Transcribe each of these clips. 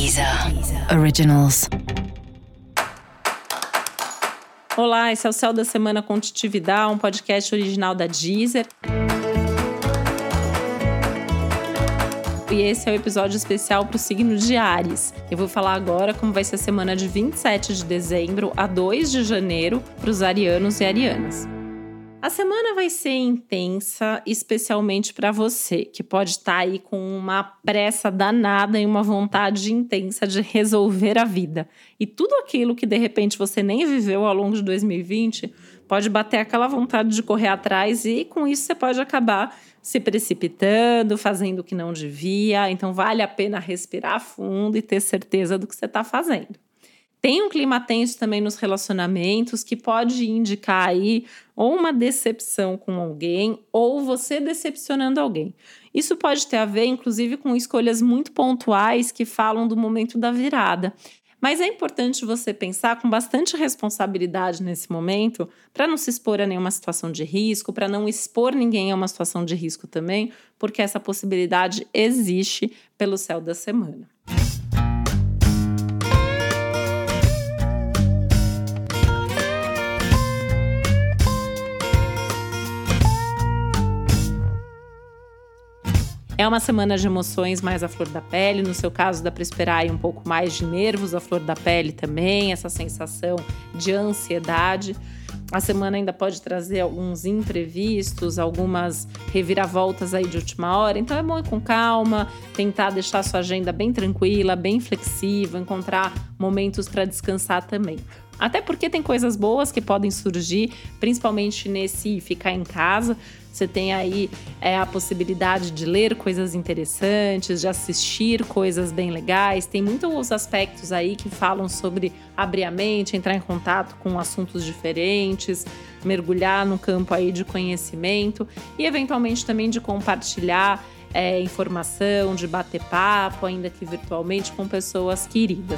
Deezer Originals. Olá, esse é o Céu da Semana com Titividade, um podcast original da Deezer. E esse é o episódio especial para o signo de Áries. Eu vou falar agora como vai ser a semana de 27 de dezembro a 2 de janeiro para os arianos e arianas. A semana vai ser intensa, especialmente para você, que pode estar aí com uma pressa danada e uma vontade intensa de resolver a vida. E tudo aquilo que de repente você nem viveu ao longo de 2020, pode bater aquela vontade de correr atrás e com isso você pode acabar se precipitando, fazendo o que não devia. Então vale a pena respirar fundo e ter certeza do que você está fazendo. Tem um clima tenso também nos relacionamentos que pode indicar aí ou uma decepção com alguém ou você decepcionando alguém. Isso pode ter a ver, inclusive, com escolhas muito pontuais que falam do momento da virada. Mas é importante você pensar com bastante responsabilidade nesse momento para não se expor a nenhuma situação de risco, para não expor ninguém a uma situação de risco também, porque essa possibilidade existe pelo céu da semana. É uma semana de emoções mais à flor da pele. No seu caso, dá para esperar aí um pouco mais de nervos à flor da pele também, essa sensação de ansiedade. A semana ainda pode trazer alguns imprevistos, algumas reviravoltas aí de última hora. Então é bom ir com calma, tentar deixar a sua agenda bem tranquila, bem flexível, encontrar momentos para descansar também. Até porque tem coisas boas que podem surgir, principalmente nesse ficar em casa. Você tem aí a possibilidade de ler coisas interessantes, de assistir coisas bem legais. Tem muitos aspectos aí que falam sobre abrir a mente, entrar em contato com assuntos diferentes, mergulhar no campo aí de conhecimento e eventualmente também de compartilhar informação, de bater papo, ainda que virtualmente, com pessoas queridas.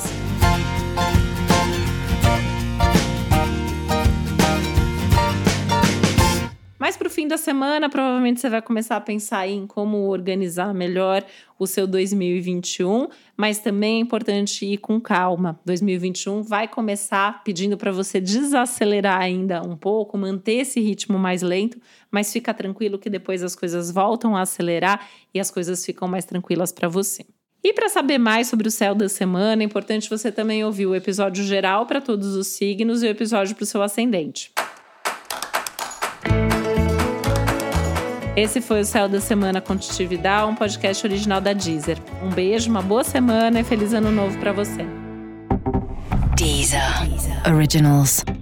Mas para o fim da semana, provavelmente você vai começar a pensar em como organizar melhor o seu 2021, mas também é importante ir com calma. 2021 vai começar pedindo para você desacelerar ainda um pouco, manter esse ritmo mais lento, mas fica tranquilo que depois as coisas voltam a acelerar e as coisas ficam mais tranquilas para você. E para saber mais sobre o céu da semana, é importante você também ouvir o episódio geral para todos os signos e o episódio para o seu ascendente. Esse foi o Céu da Semana com Titividade, um podcast original da Deezer. Um beijo, uma boa semana e feliz ano novo para você. Deezer Originals.